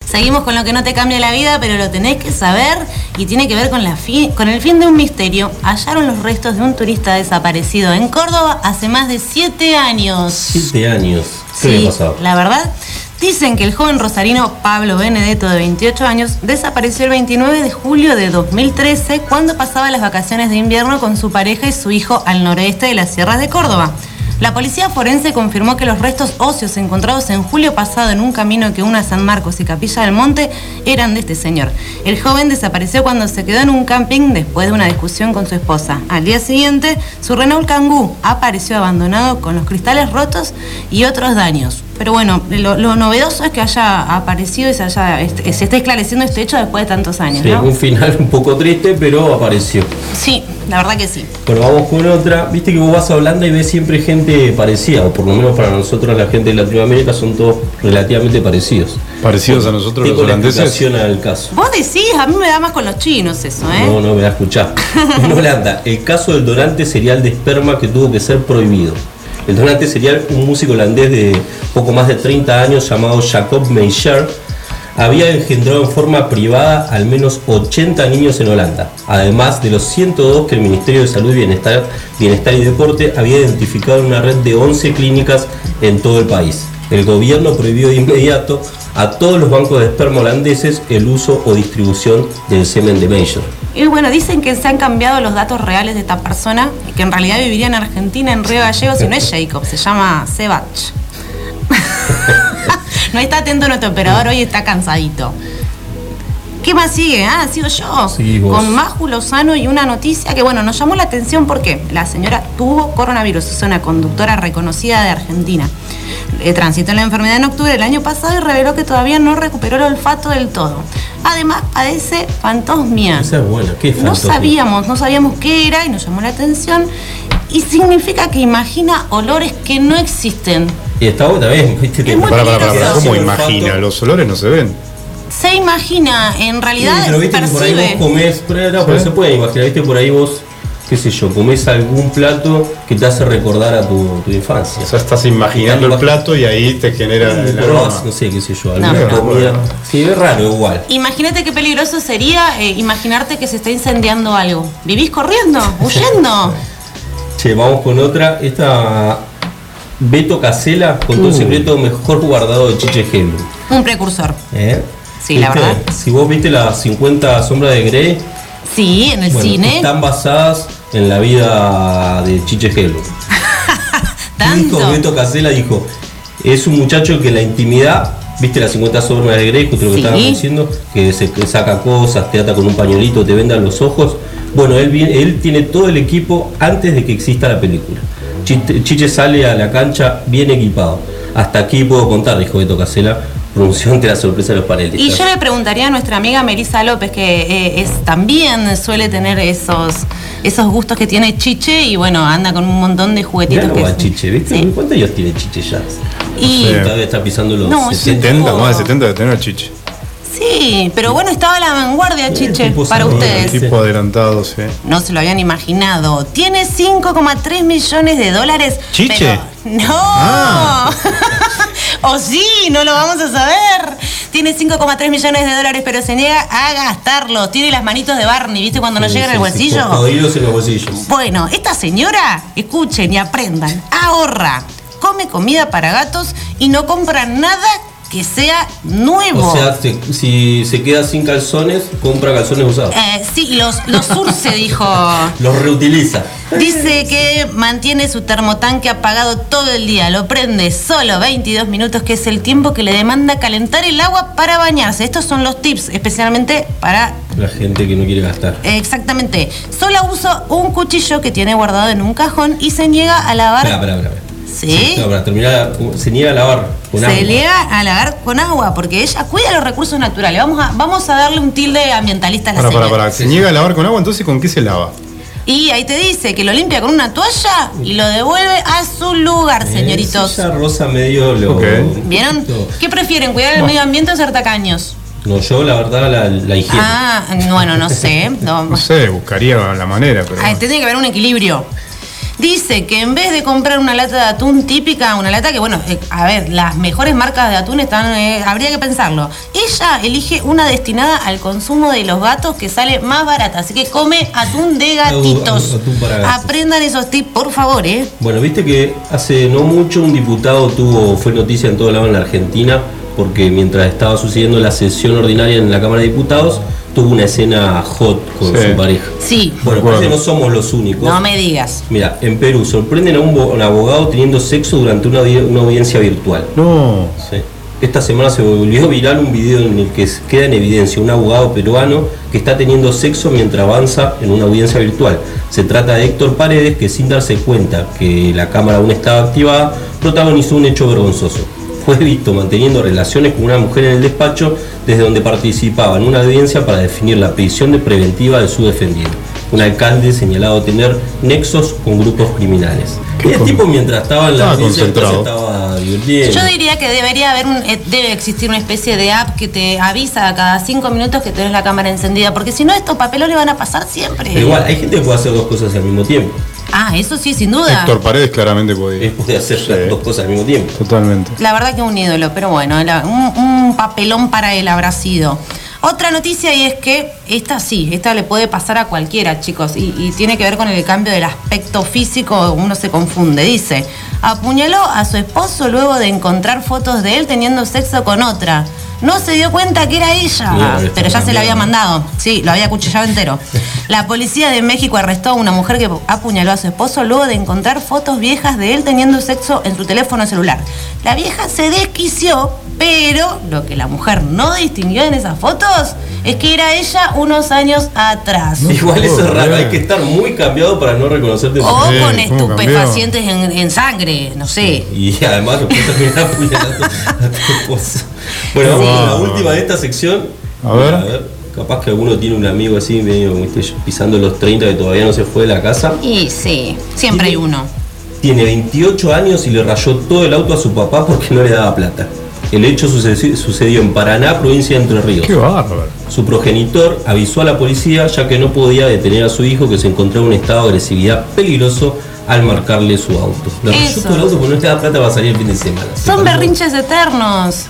Seguimos con lo que no te cambia la vida, pero lo tenés que saber y tiene que ver con el fin de un misterio. Hallaron los restos de un turista desaparecido en Córdoba hace más de 7 años. 7 años. ¿Qué le ha pasado? La verdad, dicen que el joven rosarino Pablo Benedetto, de 28 años, desapareció el 29 de julio de 2013 cuando pasaba las vacaciones de invierno con su pareja y su hijo al noroeste de las sierras de Córdoba. La policía forense confirmó que los restos óseos encontrados en julio pasado en un camino que une a San Marcos y Capilla del Monte eran de este señor. El joven desapareció cuando se quedó en un camping después de una discusión con su esposa. Al día siguiente, su Renault Kangoo apareció abandonado con los cristales rotos y otros daños. Pero bueno, lo novedoso es que haya aparecido y se esté esclareciendo este hecho después de tantos años, sí, ¿no? Un final un poco triste, pero apareció. Sí, la verdad que sí. Bueno, vamos con otra. Viste que vos vas a Holanda y ves siempre gente parecida, o por lo menos para nosotros la gente de Latinoamérica son todos relativamente parecidos. Parecidos a nosotros los holandeses. Tengo la explicación al caso. Vos decís, a mí me da más con los chinos eso, ¿eh? No, me da a escuchar. En Holanda, el caso del donante serial de esperma que tuvo que ser prohibido. El donante serial, un músico holandés de poco más de 30 años llamado Jacob Meijer, había engendrado en forma privada al menos 80 niños en Holanda, además de los 102 que el Ministerio de Salud, Bienestar y Deporte había identificado en una red de 11 clínicas en todo el país. El gobierno prohibió de inmediato a todos los bancos de esperma holandeses el uso o distribución del semen de Meijer. Y bueno, dicen que se han cambiado los datos reales de esta persona, que en realidad viviría en Argentina, en Río Gallegos, y no es Jacob, se llama Sebach. No está atento nuestro operador, hoy está cansadito. ¿Qué más sigue? Sigo yo. Sí, con Maju Lozano y una noticia que, bueno, nos llamó la atención porque la señora tuvo coronavirus, es una conductora reconocida de Argentina. Transitó la enfermedad en octubre del año pasado y reveló que todavía no recuperó el olfato del todo. Además, padece fantosmia. Esa es buena. ¿Qué es fantosmia? No sabíamos qué era y nos llamó la atención. Y significa que imagina olores que no existen. Y está buena también. Para, ¿cómo imagina? Los olores no se ven. Se imagina, en realidad sí, pero viste que por ahí vos comés, pero se puede imaginar, viste, por ahí vos, qué sé yo, comés algún plato que te hace recordar a tu infancia. O sea, estás imaginando el plato y ahí te genera el aroma. No sé, qué sé yo, alguna comida. Sí, es raro igual. Imagínate qué peligroso sería imaginarte que se está incendiando algo. ¿Vivís corriendo? ¿Huyendo? Che, vamos con otra. Esta Beto Casella contó el secreto mejor guardado de Chiche Helblum. Un precursor. Sí, ¿Viste? la verdad. Si vos viste las 50 sombras de Grey, sí, en el cine. Están basadas en la vida de Chiche Helblum. ¿Tanto? Beto Casella dijo, es un muchacho que en la intimidad, viste las 50 sombras de Grey, justo lo que estábamos diciendo, que se saca cosas, te ata con un pañuelito, te venda los ojos. Bueno, él tiene todo el equipo antes de que exista la película. Chiche sale a la cancha bien equipado. Hasta aquí puedo contar, dijo Beto Casella, pronunció ante la sorpresa de los panelistas. Y yo le preguntaría a nuestra amiga Melissa López, que también suele tener esos gustos que tiene Chiche, y bueno, anda con un montón de juguetitos. Mirá Chiche, ¿viste? Sí. ¿Cuántos años tiene Chiche ya? Y todavía está pisando los 70, más de 70 de tener a Chiche. Sí, pero bueno, estaba a la vanguardia, Chiche, para ustedes. Tipo adelantado, sí. No se lo habían imaginado. Tiene 5,3 millones de dólares. ¿Chiche? Pero... ¡no! O sí, no lo vamos a saber. Tiene 5,3 millones de dólares, pero se niega a gastarlos. Tiene las manitos de Barney, ¿viste? Cuando nos llegan al bolsillo. Jodidos en los bolsillos. Bueno, esta señora, escuchen y aprendan, ahorra, come comida para gatos y no compra nada que sea nuevo. O sea, si se queda sin calzones, compra calzones usados. Sí, los surce, dijo. Los reutiliza. Dice que mantiene su termotanque apagado todo el día. Lo prende solo 22 minutos, que es el tiempo que le demanda calentar el agua para bañarse. Estos son los tips, especialmente para la gente que no quiere gastar. Exactamente. Solo usa un cuchillo que tiene guardado en un cajón y se niega a lavar. Espera. ¿Sí? No, para terminar, se niega a lavar con agua. Se niega a lavar con agua porque ella cuida los recursos naturales. Vamos a darle un tilde ambientalista a la señora. Para. Se niega a lavar con agua, entonces ¿con qué se lava? Y ahí te dice que lo limpia con una toalla y lo devuelve a su lugar, señoritos. Esa rosa medio ¿Vieron? ¿Qué prefieren, cuidar el medio ambiente o ser tacaños? No, yo la verdad la higiene. Bueno, no sé. No sé, buscaría la manera, pero... Tiene que haber un equilibrio. Dice que en vez de comprar una lata de atún típica, una lata que, bueno, a ver, las mejores marcas de atún están, habría que pensarlo. Ella elige una destinada al consumo de los gatos que sale más barata. Así que come atún de gatitos. Atún para gatos. Aprendan esos tips, por favor, ¿eh? Bueno, viste que hace no mucho un diputado fue noticia en todo lado en la Argentina, porque mientras estaba sucediendo la sesión ordinaria en la Cámara de Diputados, tuvo una escena hot con su pareja. Sí. Bueno, parece que no somos los únicos. No me digas. Mira, en Perú sorprenden a un abogado teniendo sexo durante una audiencia virtual. No. Sí. Esta semana se volvió viral un video en el que queda en evidencia un abogado peruano que está teniendo sexo mientras avanza en una audiencia virtual. Se trata de Héctor Paredes, que sin darse cuenta que la cámara aún estaba activada, protagonizó un hecho vergonzoso. Fue visto manteniendo relaciones con una mujer en el despacho desde donde participaba en una audiencia para definir la prisión de preventiva de su defendido, un alcalde señalado tener nexos con grupos criminales. Y el tipo, mientras estaba en la audiencia, estaba divirtiendo. Yo diría que debe existir una especie de app que te avisa a cada 5 minutos que tenés la cámara encendida, porque si no estos papelones van a pasar siempre. Pero igual, hay gente que puede hacer dos cosas al mismo tiempo. Ah, eso sí, sin duda. Héctor Paredes claramente podía. Puede hacer las dos cosas al mismo tiempo. Totalmente. La verdad que un ídolo, pero bueno, un papelón para él habrá sido. Otra noticia, y es que esta le puede pasar a cualquiera, chicos, y tiene que ver con el cambio del aspecto físico. Uno se confunde. Dice, apuñaló a su esposo luego de encontrar fotos de él teniendo sexo con otra. No se dio cuenta que era ella, pero ya se la había mandado. Sí, lo había acuchillado entero. La policía de México arrestó a una mujer que apuñaló a su esposo luego de encontrar fotos viejas de él teniendo sexo en su teléfono celular. La vieja se desquició, pero lo que la mujer no distinguió en esas fotos es que era ella unos años atrás. No, igual eso es raro, hay que estar muy cambiado para no reconocerte. O con estupefacientes en sangre, no sé. Y además lo puedes terminar apuñalando a tu esposo. Bueno, vamos con la última de esta sección. A ver. Capaz que alguno tiene un amigo así, medio pisando los 30 que todavía no se fue de la casa. Y sí, siempre hay uno. Tiene 28 años y le rayó todo el auto a su papá porque no le daba plata. El hecho sucedió en Paraná, provincia de Entre Ríos. ¡Qué bárbaro! Su progenitor avisó a la policía ya que no podía detener a su hijo, que se encontraba en un estado de agresividad peligroso al marcarle su auto. Le rayó todo el auto porque no le daba plata para salir el fin de semana. Son berrinches eternos.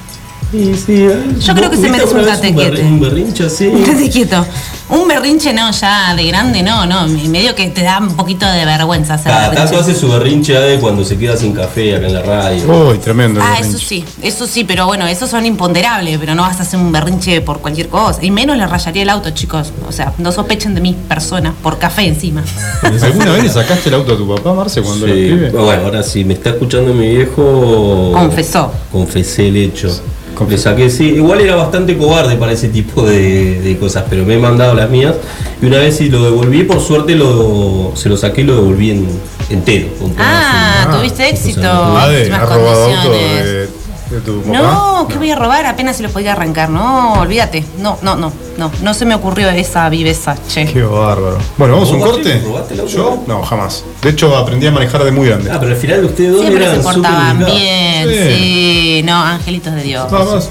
Sí, yo creo que se merece un tatequete. Un berrinche así. Estate quieto. Un berrinche no, ya de grande no. Medio que te da un poquito de vergüenza hacer cada tanto hace su berrinche de cuando se queda sin café acá en la radio. Uy, tremendo. Eso sí, pero bueno, esos son imponderables, pero no vas a hacer un berrinche por cualquier cosa. Y menos le rayaría el auto, chicos. O sea, no sospechen de mi persona, por café encima. ¿Alguna vez le sacaste el auto a tu papá, Marce, cuando lo escribe? Bueno, ahora sí, me está escuchando mi viejo. Confesé el hecho. Le saqué, sí, igual era bastante cobarde para ese tipo de cosas, pero me he mandado las mías y una vez lo devolví, por suerte se lo saqué y lo devolví entero. Tuviste éxito. ¿Has robado auto de tu papá? No, ¿qué voy a robar? Apenas se lo podía arrancar. No, olvídate. No se me ocurrió esa viveza, che. Qué bárbaro. Bueno, ¿vamos a un corte? ¿Yo? No, jamás. De hecho, aprendí a manejar de muy grande. Pero al final ustedes dos siempre se portaban bien, sí. No, angelitos de Dios. Vamos.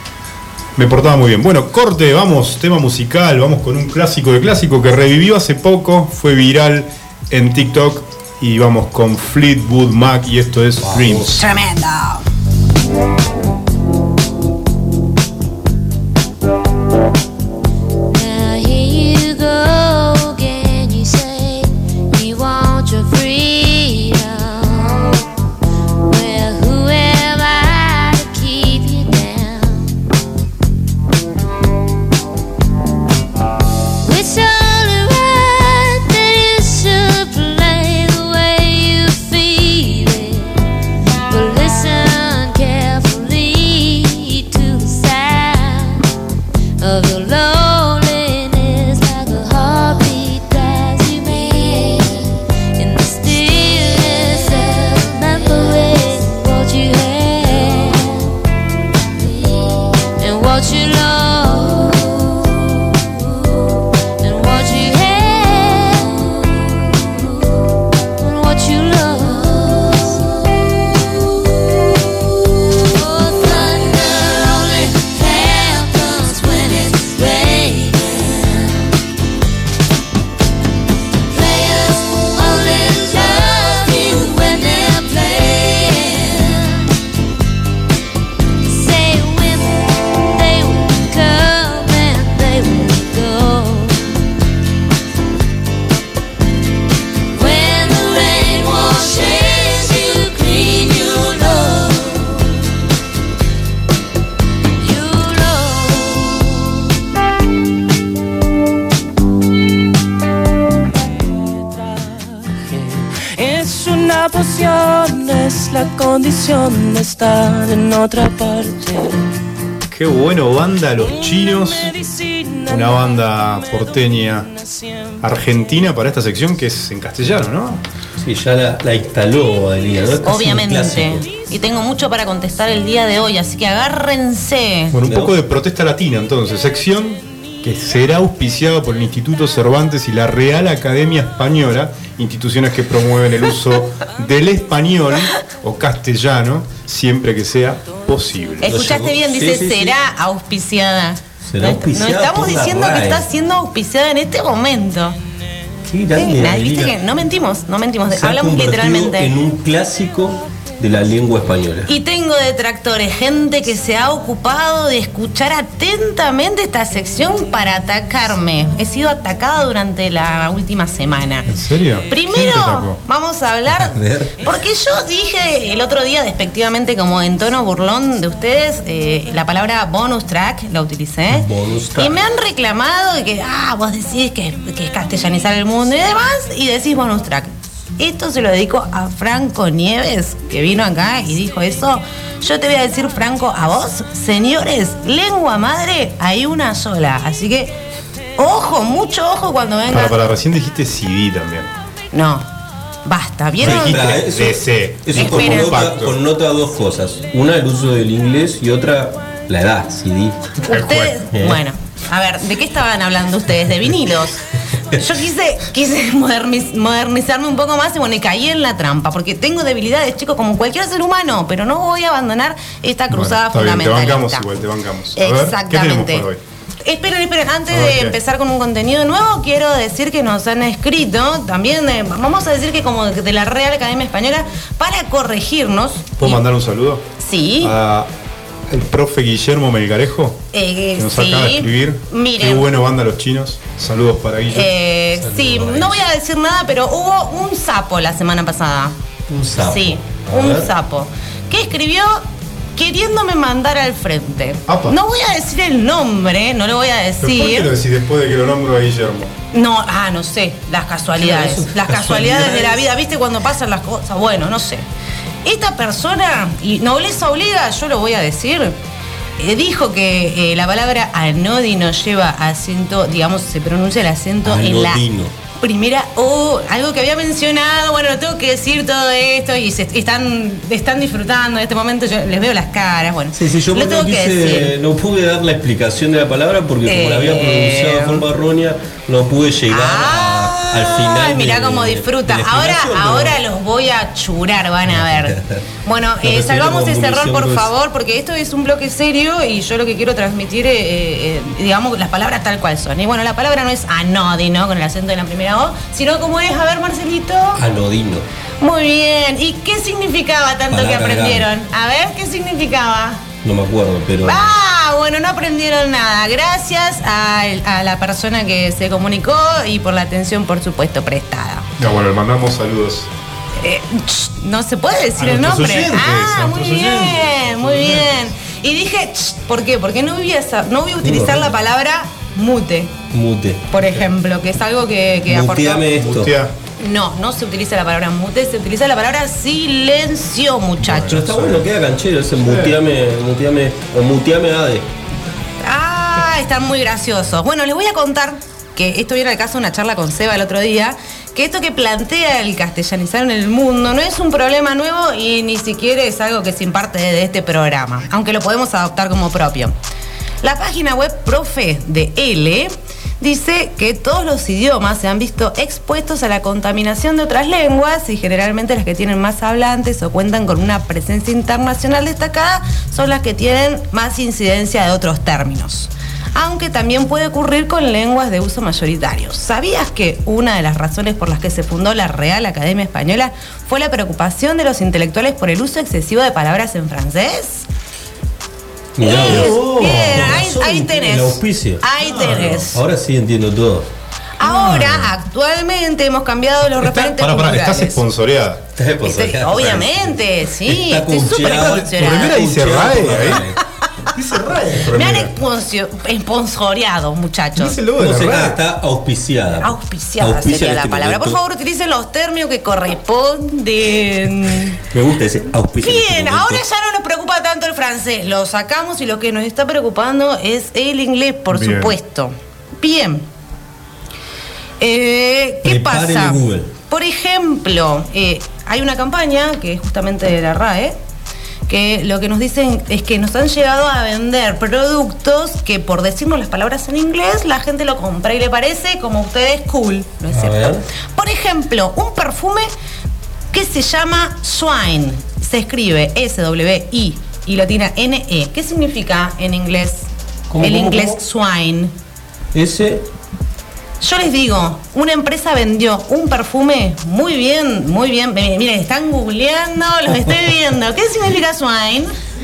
Me portaba muy bien. Bueno, corte, vamos, tema musical, vamos con un clásico de clásico que revivió hace poco, fue viral en TikTok y vamos con Fleetwood Mac y esto es Dreams. Tremendo. Thunder only happens when it's ready. la poción es la condición de estar en otra parte. Qué bueno, banda Los Chinos, una banda porteña argentina para esta sección que es en castellano, ¿no? Sí, ya la instaló Adelina, ¿no? Es casi un Obviamente. clásico. Y tengo mucho para contestar el día de hoy, así que agárrense. Bueno, un poco de protesta latina entonces, sección que será auspiciada por el Instituto Cervantes y la Real Academia Española, instituciones que promueven el uso del español o castellano siempre que sea posible. Escuchaste bien, dice Sí, sí, sí. será auspiciada. Será auspiciada No estamos por la diciendo que RAE. está siendo auspiciada en este momento. Qué grande, Nadie, viste Adelina. que no mentimos, Se ha hablamos convertido literalmente. en un clásico de la lengua española. Y tengo detractores, gente que se ha ocupado de escuchar atentamente esta sección para atacarme. He sido atacada durante la última semana. ¿En serio? ¿Quién te Primero atacó? vamos a hablar, A ver. porque yo dije el otro día despectivamente como en tono burlón de ustedes, la palabra bonus track la utilicé. Bonus track. Y me han reclamado de que, vos decís que es castellanizar el mundo y demás, y decís bonus track. Esto se lo dedico a Franco Nieves, que vino acá y dijo eso. Yo te voy a decir, Franco, a vos, señores, lengua madre, hay una sola. Así que, ojo, mucho ojo cuando venga. Para, recién dijiste CD también. No, basta, ¿vieron? Dijiste Eso- DC. Eso Espera. connota dos cosas. Una, el uso del inglés, y otra, la edad, CD. Ustedes, bueno, a ver, ¿de qué estaban hablando ustedes? ¿De vinilos? Yo quise modernizarme un poco más y bueno, y caí en la trampa, porque tengo debilidades, chicos, como cualquier ser humano, pero no voy a abandonar esta cruzada Bueno, está bien, fundamentalista. te bancamos igual, te bancamos. A ver, ¿qué Exactamente. tenemos por hoy? Esperen, antes A ver, de ¿qué? empezar con un contenido nuevo, quiero decir que nos han escrito también, vamos a decir que como de la Real Academia Española, para corregirnos. ¿Puedo Y- mandar un saludo? Sí. A el profe Guillermo Melgarejo, que nos sí. acaba de escribir. Miren. Qué bueno banda Los Chinos. Saludos para Guillermo. Sí, no voy a decir nada, pero hubo un sapo la semana pasada. Un sapo. Sí, A un ver. sapo. Que escribió queriéndome mandar al frente. Apa. No voy a decir el nombre, no lo voy a ¿Pero por qué decir. lo decís después de que lo nombro a Guillermo? No sé, las casualidades. Claro, eso, Las casualidades de la casualidades. vida, ¿viste? Cuando pasan las cosas. Bueno, no sé. Esta persona, y nobleza obliga, yo lo voy a decir, dijo que la palabra anodino lleva acento, digamos, se pronuncia el acento en la Anodino. primera O, algo que había mencionado. Bueno, lo tengo que decir todo esto y están disfrutando de este momento. Yo les veo las caras. Bueno, Sí, yo lo tengo que decir. no pude dar la explicación de la palabra porque como la había pronunciado de forma errónea, no pude llegar al final. Mirá de- cómo de disfruta. la explicación, Ahora pero- los voy a churar, van a ver. Bueno, Me refiero salvamos como ese error, munición por gruesa. favor, porque esto es un bloque serio y yo lo que quiero transmitir, digamos, las palabras tal cual son. Y bueno, la palabra no es anodino, con el acento de la primera O, sino como es, a ver, Marcelito. Anodino. Muy bien. ¿Y qué significaba tanto Para que cagar. aprendieron? A ver, ¿qué significaba? No me acuerdo, pero. Bueno, no aprendieron nada. Gracias a la persona que se comunicó y por la atención, por supuesto, prestada. No, bueno, le mandamos saludos. No se puede decir A el nuestros nombre. oyentes, a Muy nuestros bien, oyentes. muy bien. Y dije, ¿por qué? Porque no voy a utilizar la palabra mute, Mute. por ejemplo, que es algo que aportó. Muteame esto. Mutea. No se utiliza la palabra mute, se utiliza la palabra silencio, Pero muchachos. está bueno, queda canchero ese muteame o muteame Ade. Están muy graciosos. Bueno, les voy a contar que esto viene al caso de una charla con Seba el otro día, que esto que plantea el castellanizar en el mundo no es un problema nuevo y ni siquiera es algo que se imparte de este programa, aunque lo podemos adoptar como propio. La página web Profe de L dice que todos los idiomas se han visto expuestos a la contaminación de otras lenguas y generalmente las que tienen más hablantes o cuentan con una presencia internacional destacada son las que tienen más incidencia de otros términos. Aunque también puede ocurrir con lenguas de uso mayoritario. ¿Sabías que una de las razones por las que se fundó la Real Academia Española fue la preocupación de los intelectuales por el uso excesivo de palabras en francés? Mirá vos. Bien, Con ahí razón, tenés. El auspicio. Ahí tenés. Ahora sí entiendo todo. Ahora, actualmente hemos cambiado los referentes Estás culturales. esponsoreada. Estás esponsoreada. Obviamente, sí, Está estoy súper cucheada. ¿Tu esponsoreada. remera dice Cucheada RAE por la ahí? RAE. Dice Ray. Me han esponsoreado, muchachos. Dice el logo de ¿Cómo la se Ray. está auspiciada? Auspiciada Auspicia sería en la este palabra. Por momento. favor, utilicen los términos que corresponden. Me gusta ese auspicio. en este Bien, momento. ahora ya no nos preocupa tanto el francés. Lo sacamos y lo que nos está preocupando es el inglés, por Bien. supuesto. Bien. ¿Qué Preparen pasa? Google. Por ejemplo, hay una campaña que es justamente de la RAE, que lo que nos dicen es que nos han llegado a vender productos que por decirnos las palabras en inglés la gente lo compra y le parece como a ustedes cool, ¿no es A cierto? ver. Por ejemplo, un perfume que se llama Swine, se escribe S-W-I y latina N-E. ¿Qué significa en inglés? ¿Cómo, el cómo, inglés cómo? Swine. Ese. Yo les digo, una empresa vendió un perfume muy bien, muy bien. Miren, están googleando, los estoy viendo. ¿Qué significa swine?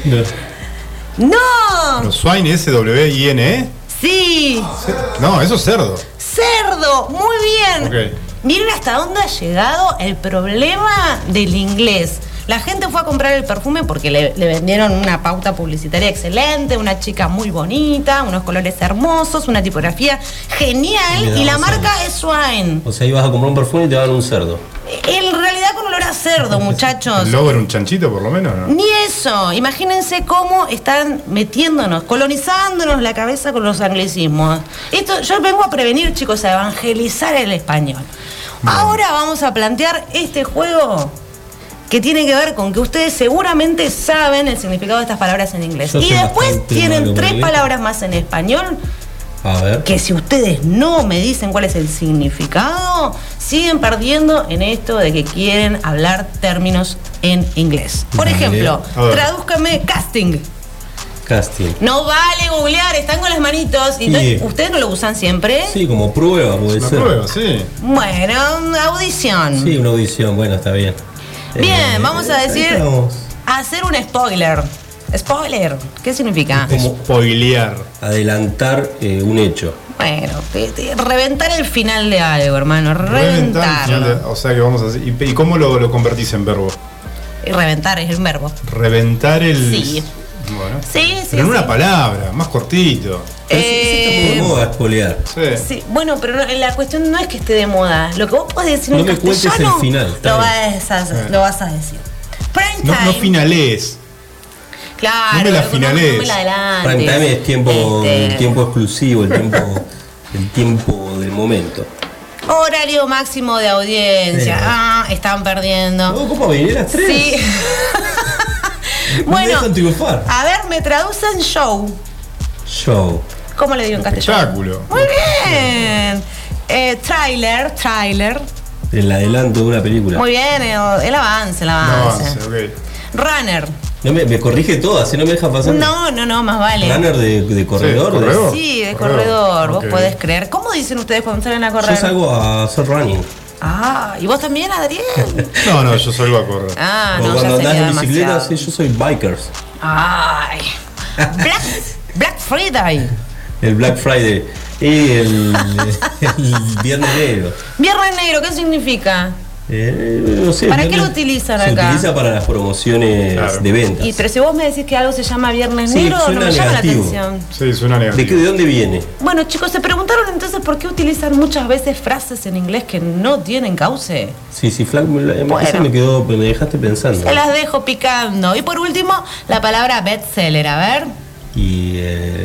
¡No! ¿Pero Swine S-W-I-N-E? Sí, No, eso es cerdo. cerdo, muy bien. Ok. Miren hasta dónde ha llegado el problema del inglés. La gente fue a comprar el perfume porque le vendieron una pauta publicitaria excelente, una chica muy bonita, unos colores hermosos, una tipografía genial Le y la damos marca cerdo. es Swine. O sea, ibas a comprar un perfume y te daban un cerdo. En realidad con olor a cerdo, muchachos. ¿El logo era un chanchito por lo menos? ¿No? Ni eso. Imagínense cómo están metiéndonos, colonizándonos la cabeza con los anglicismos. Esto, yo vengo a prevenir, chicos, a evangelizar el español. Ahora vamos a plantear este juego que tiene que ver con que ustedes seguramente saben el significado de estas palabras en inglés. Yo Y soy después bastante tienen malo con 3 el palabras más en español A ver. que si ustedes no me dicen cuál es el significado, siguen perdiendo en esto de que quieren hablar términos en inglés. Por Vale. ejemplo, A ver. tradúzcame casting. Casting. No vale googlear, están con las manitos. Y Sí. ¿ustedes no lo usan siempre? Sí, como prueba puede Una ser. prueba, sí. Bueno, audición. Sí, una audición. Bueno, está bien. Bien, vamos a ahí decir, estamos. hacer un spoiler. Spoiler, ¿qué significa? Como- Spoilear. Adelantar un hecho. Bueno, reventar el final de algo, hermano. Reventar. Reventar. O sea que vamos a hacer. ¿Y cómo lo convertís en verbo? Y reventar es el verbo. Reventar el. Sí. Bueno. Sí, sí. Pero en sí. una palabra, más cortito. Pero ese está muy de moda, espolear. Sí. Sí, bueno, pero la cuestión no es que esté de moda. Lo que vos podés decir No en me cuentes castellano, el final, está lo bien. vas a decir. Prime No, time. no finalees. Claro, no me la loco, finales. No me la adelantes. Prime time es tiempo, Este, el tiempo exclusivo, el tiempo del momento. Horario máximo de audiencia. Sí. Están perdiendo. ¿No? ¿Cómo venir a las 3? Sí. Me Bueno, dejan triunfar. a ver, me traducen show. Show. ¿Cómo le digo en castellano? Espectáculo. Muy bien. Trailer. El adelanto de una película. Muy bien, el avance, el No avance. avance, ok. Runner. No me corrige todas, si no me deja pasar. No, más vale. Runner de corredor. Sí, corredor. Sí, de corredor, vos ok. podés creer. ¿Cómo dicen ustedes cuando salen a Yo correr? salgo a hacer running. ¿Y vos también, Adrián? No, yo salgo a correr. o No, cuando ya andás sería en bicicleta, demasiado. sí, yo soy bikers. Ay. Black Friday. El Black Friday y el Viernes Negro. Viernes negro, ¿qué significa? No sé, ¿Para qué viernes- lo utilizan Se acá? utiliza para las promociones Claro. de ventas. Pero si vos me decís que algo se llama viernes Sí, negro, no suena me llama negativo. la atención. Sí, suena negativo. ¿De dónde viene? Bueno, chicos, se preguntaron entonces por qué utilizan muchas veces frases en inglés que no tienen cauce. Sí, Flac, Bueno. esa me dejaste pensando. Se las dejo picando. Y por último, la palabra bestseller, a ver. Y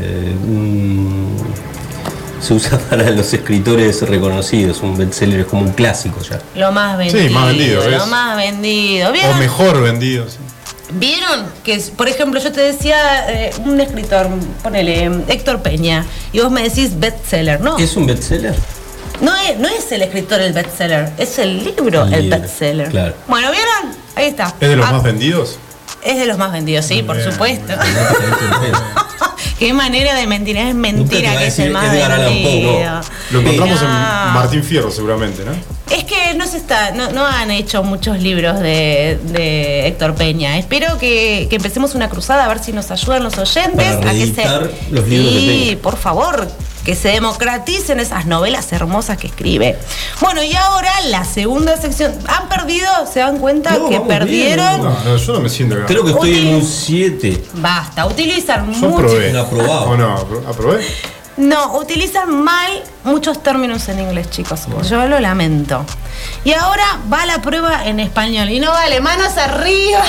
se usa para los escritores reconocidos. Un bestseller es como un clásico ya. Lo más vendido. Sí, más vendido, Lo ¿ves? más vendido. O ¿Vieron? mejor vendido. Sí. ¿Vieron? Que, por ejemplo, yo te decía un escritor, ponele, Héctor Peña, y vos me decís bestseller, ¿no? ¿Es un bestseller? No es el escritor el bestseller, es el libro El el libro, bestseller. claro. Bueno, ¿vieron? Ahí está. ¿Es de los más vendidos? Es de los más vendidos, sí, por Bien, supuesto. Qué manera de mentir, es Nunca te mentira va a que es decir el más Edgar Allan Poe, vendido. no. Lo encontramos No. en Martín Fierro seguramente, ¿no? Es que no se no han hecho muchos libros de Héctor Peña. Espero que empecemos una cruzada a ver si nos ayudan los oyentes Para a que reeditar los libros de Sí, Peña. por favor, que se democraticen esas novelas hermosas que escribe. Bueno, y ahora la segunda sección. ¿Han perdido? ¿Se dan cuenta No, que vamos perdieron? bien, No, yo no me siento acá. Creo que estoy en un 7. Basta, utilizan Yo mucho. probé. Un aprobado. ¿O no? ¿Aprobé? No, utilizan mal muchos términos en inglés, chicos. Yo lo lamento. Y ahora va la prueba en español. Y no vale, manos arriba.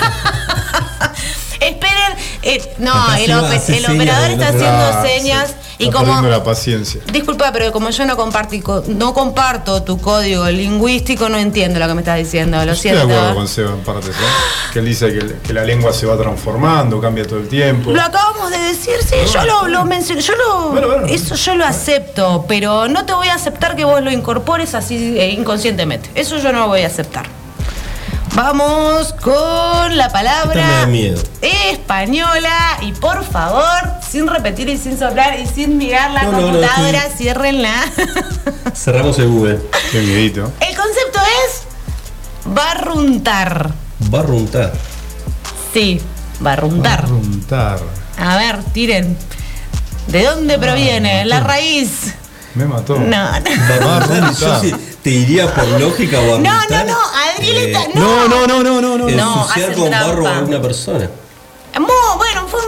Esperen. No, Acá el, se va, ope- hace el señas operador del está otro haciendo lado. señas. Y Está como. perdiendo la paciencia. Disculpa, pero como yo no comparto tu código lingüístico, no entiendo lo que me estás diciendo. Lo Estoy de siento. acuerdo con Seba en partes, ¿eh? Que él dice que la lengua se va transformando, cambia todo el tiempo. Lo acabamos de decir, sí, yo lo mencioné, Bueno. eso yo lo acepto, pero no te voy a aceptar que vos lo incorpores así inconscientemente. Eso yo no lo voy a aceptar. Vamos con la Esta me palabra da miedo. española y por favor, sin repetir y sin soplar y sin mirar la No, no, computadora, sí. ciérrenla. Cerramos el Google. Qué miedito. El concepto es barruntar. Barruntar. Sí, barruntar. Preguntar. A ver, tiren. ¿De dónde proviene? La raíz. Me mató. No, no. Barruntar. Yo sí te diría por lógica No, barruntar. no, Adriel está. No. No, Ensuciar hacen con barro trampa. a una persona. Bueno, fue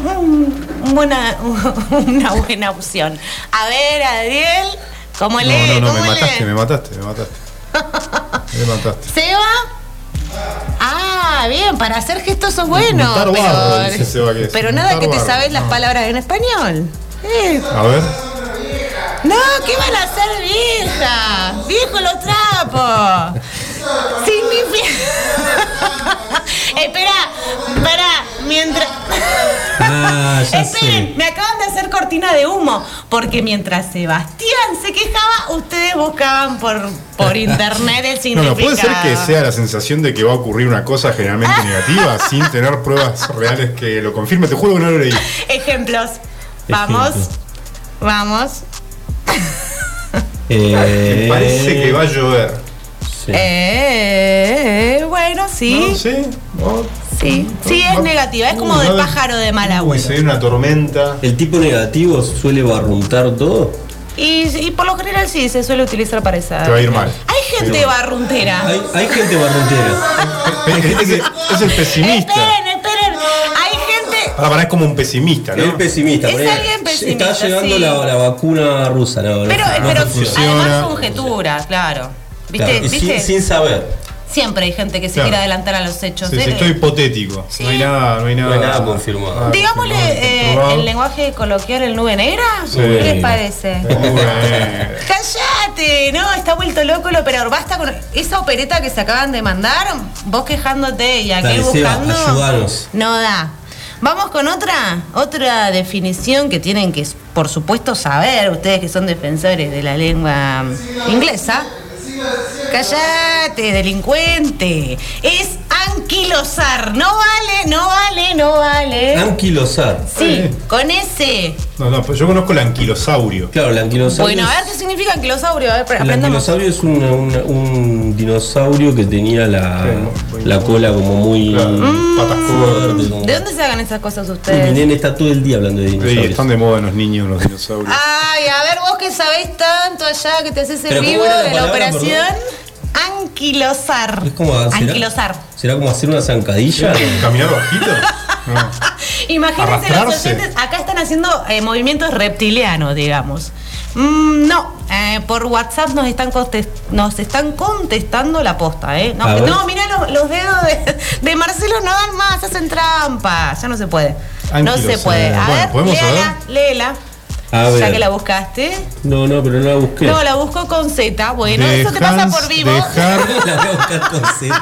una buena opción. A ver, Adriel, ¿cómo lee? No, ¿Cómo me lee? mataste. Me mataste. ¿Seba? Ah, bien, para hacer gestos sos bueno. Juntar barro, dice Seba que es. Pero nada Juntar que te barro. sabes las No. palabras en español. A ver. No, ¿qué van a hacer vieja? Viejo los trapos. Significa. Espera, mientras. Ah, ya Esperen, sé. me acaban de hacer cortina de humo. Porque mientras Sebastián se quejaba, ustedes buscaban por internet el No, significado. puede ser que sea la sensación de que va a ocurrir una cosa generalmente negativa sin tener pruebas reales que lo confirmen. Te juro que no lo leí. Ejemplos. Vamos. Me parece que va a llover. Sí. Bueno, sí. ¿No? ¿Sí? ¿No? Sí, es negativa, es como Uy, de no, pájaro de mal Uy, agüero. se viene una tormenta. ¿El tipo negativo suele barruntar todo? Y por lo general sí, se suele utilizar para esa. Te va a ir mal. Hay gente barruntera. Hay gente barruntera. Hay gente que es el pesimista. Esperen. Hay gente. Para, es como un pesimista, ¿no? Es pesimista. Es por ahí. alguien pesimista, Está llegando sí. la vacuna rusa. No, Pero funciona. además conjetura, claro. ¿Viste? Claro, ¿Viste? sin saber. Siempre hay gente que se Claro. quiere adelantar a los hechos. Sí, esto es hipotético. Sí. No hay nada. No hay nada confirmado. Ah, Digámosle confirmado. el lenguaje coloquial, el nube negra. Sí. ¿Qué les parece? Bueno. ¡Cállate! No, está vuelto loco el operador. Basta con esa opereta que se acaban de mandar. Vos quejándote y aquel Dale, Seba, buscando. ayúdanos. No da. Vamos con otra definición que tienen que, por supuesto, saber ustedes que son defensores de la lengua inglesa. Cállate, delincuente. Es anquilosar. No vale. Anquilosar. Sí, con ese. No, pues yo conozco el anquilosaurio. Claro, el anquilosaurio. Bueno, a ver qué significa anquilosaurio. A ver, El aprendamos. anquilosaurio es un dinosaurio que tenía la cola como muy Claro, patas fuerte. como- ¿De dónde se hagan esas cosas Mi ustedes? nene está todo el día hablando de Sí, dinosaurios. están de moda en los niños los dinosaurios. Ay, a ver, vos que sabés tanto allá, que te haces el Pero ¿cómo vivo era la de la palabra, operación. Anquilosar. Es como Anquilosar. ¿Será como hacer una zancadilla? ¿Caminar bajito? No. Imagínense los Arrastrarse. oyentes, acá están haciendo movimientos reptilianos, digamos. No, por WhatsApp nos están contestando la posta, ¿eh? A ver. No, mirá los dedos de Marcelo no dan más, hacen trampa. Ya no se puede. No se Anquilosar. puede. A Bueno, ver, ¿podemos léela. A Ya ver. que la buscaste. No, pero no la busqué. No, la busco con Z. Bueno, eso te pasa por vivo. Dejar. La voy a buscar con Z.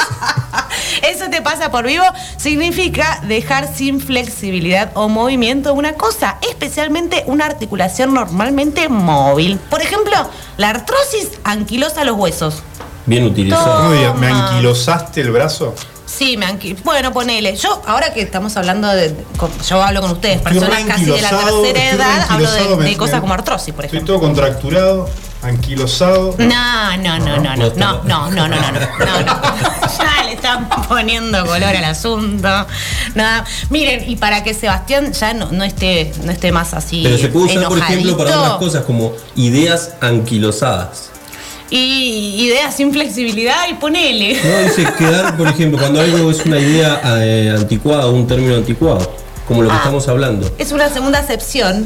Eso te pasa por vivo. Significa dejar sin flexibilidad o movimiento una cosa, especialmente una articulación normalmente móvil. Por ejemplo, la artrosis anquilosa los huesos. Bien utilizado. ¿Cómo diría? ¿Me anquilosaste el brazo? Sí, bueno, ponele. Yo, ahora que estamos hablando yo hablo con ustedes, Estoy personas re casi de la anquilosado, tercera estoy re edad, hablo anquilosado, de cosas como artrosis, por Estoy ejemplo. todo contracturado. Anquilosado. No. Ya le están poniendo color al asunto. Nada. Miren, y para que Sebastián ya no esté más así. Pero se puede usar, por ejemplo, para enojadito. otras cosas como ideas anquilosadas. Y ideas sin flexibilidad y ponele. No, dice quedar, por ejemplo, cuando algo es una idea anticuada o un término anticuado, como lo que estamos hablando. Es una segunda acepción.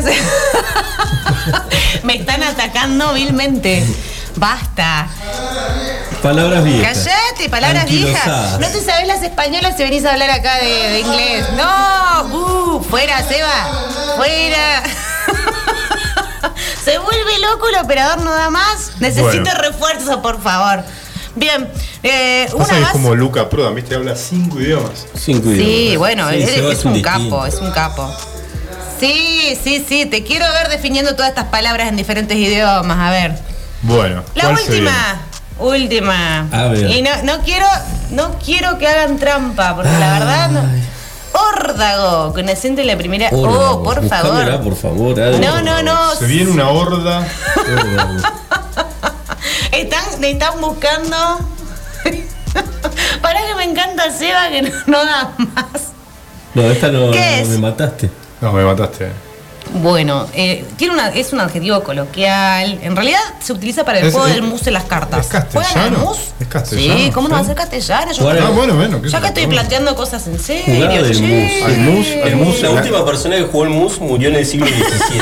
Me están atacando vilmente. Basta. Palabras viejas. Cállate, palabras viejas. Anquilosadas. No te sabés las españolas si venís a hablar acá de inglés. No, fuera, Seba. Fuera. Se vuelve loco el operador, no da más. Necesito refuerzo, por favor. Bien, una Pasa que es más. como Luca Prodan, ¿viste? Habla 5 idiomas. 5 Sí, idiomas. bueno, Sí, Seba es un distinto. capo. Sí, te quiero ver definiendo todas estas palabras en diferentes idiomas. A ver. Bueno, La ¿cuál se última. A ver. Y no quiero que hagan trampa, porque la verdad no. Órdago, con acento en la primera. Órdago, Por buscámela, favor. por favor. No. viene? Se viene una horda. Órdago. Están buscando. Para que me encanta Seba que no da más. No, esta no, ¿Qué es? me mataste. No, me mataste. Bueno, es un adjetivo coloquial. En realidad se utiliza para el juego del mus en las cartas. ¿Es castellano? ¿Juegan al mus? ¿Es castellano? Sí, ¿cómo no va a ¿Sí? ser castellano? Jugar al- Bueno. Ya que estoy planteando cosas en serio. Jugada del che. mus. Al mus, el mus. La última persona que jugó el mus murió en el siglo XVII.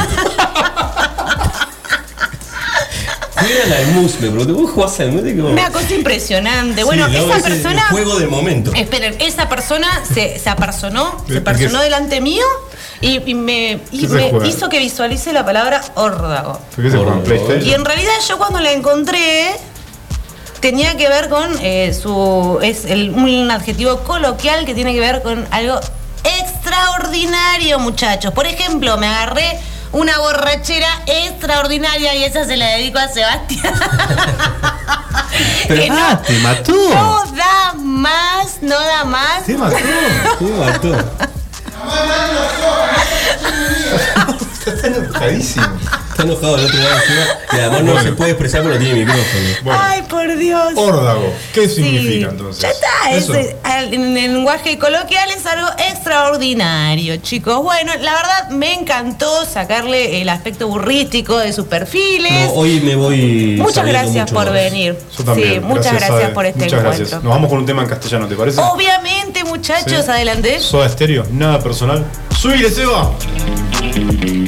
Juegan al mus, me pregunté, ¿vos jugás al mus? Una cosa impresionante. Bueno, Sí, no, esa es el persona. juego del momento. Esperen, esa persona se apersonó ¿Por qué? delante mío y me ¿Qué se juega? hizo que visualice la palabra órdago. ¿Por qué se juega en Y PlayStation? en realidad yo cuando la encontré tenía que ver con un adjetivo coloquial que tiene que ver con algo extraordinario, muchachos. Por ejemplo, me agarré una borrachera extraordinaria y esa se la dedico a Sebastián. Pero- Que no, te mató. no da más. Te mató. Me mató. Está enojadísimo. Está enojado del otro lado encima y además no Bueno. se puede expresar porque no tiene micrófono. Bueno, Ay, por Dios. órdago. ¿Qué Sí, significa entonces? Ya está, Eso. en el lenguaje coloquial es algo extraordinario, chicos. Bueno, la verdad me encantó sacarle el aspecto burrístico de sus perfiles. No, hoy me voy. Muchas sabiendo gracias mucho por más. venir. Yo también. Sí, muchas gracias por este Muchas encuentro. gracias. Nos vamos con un tema en castellano, ¿te parece? Obviamente, muchachos, Sí. adelante. Soda Stereo, nada personal. ¡Subile, Seba!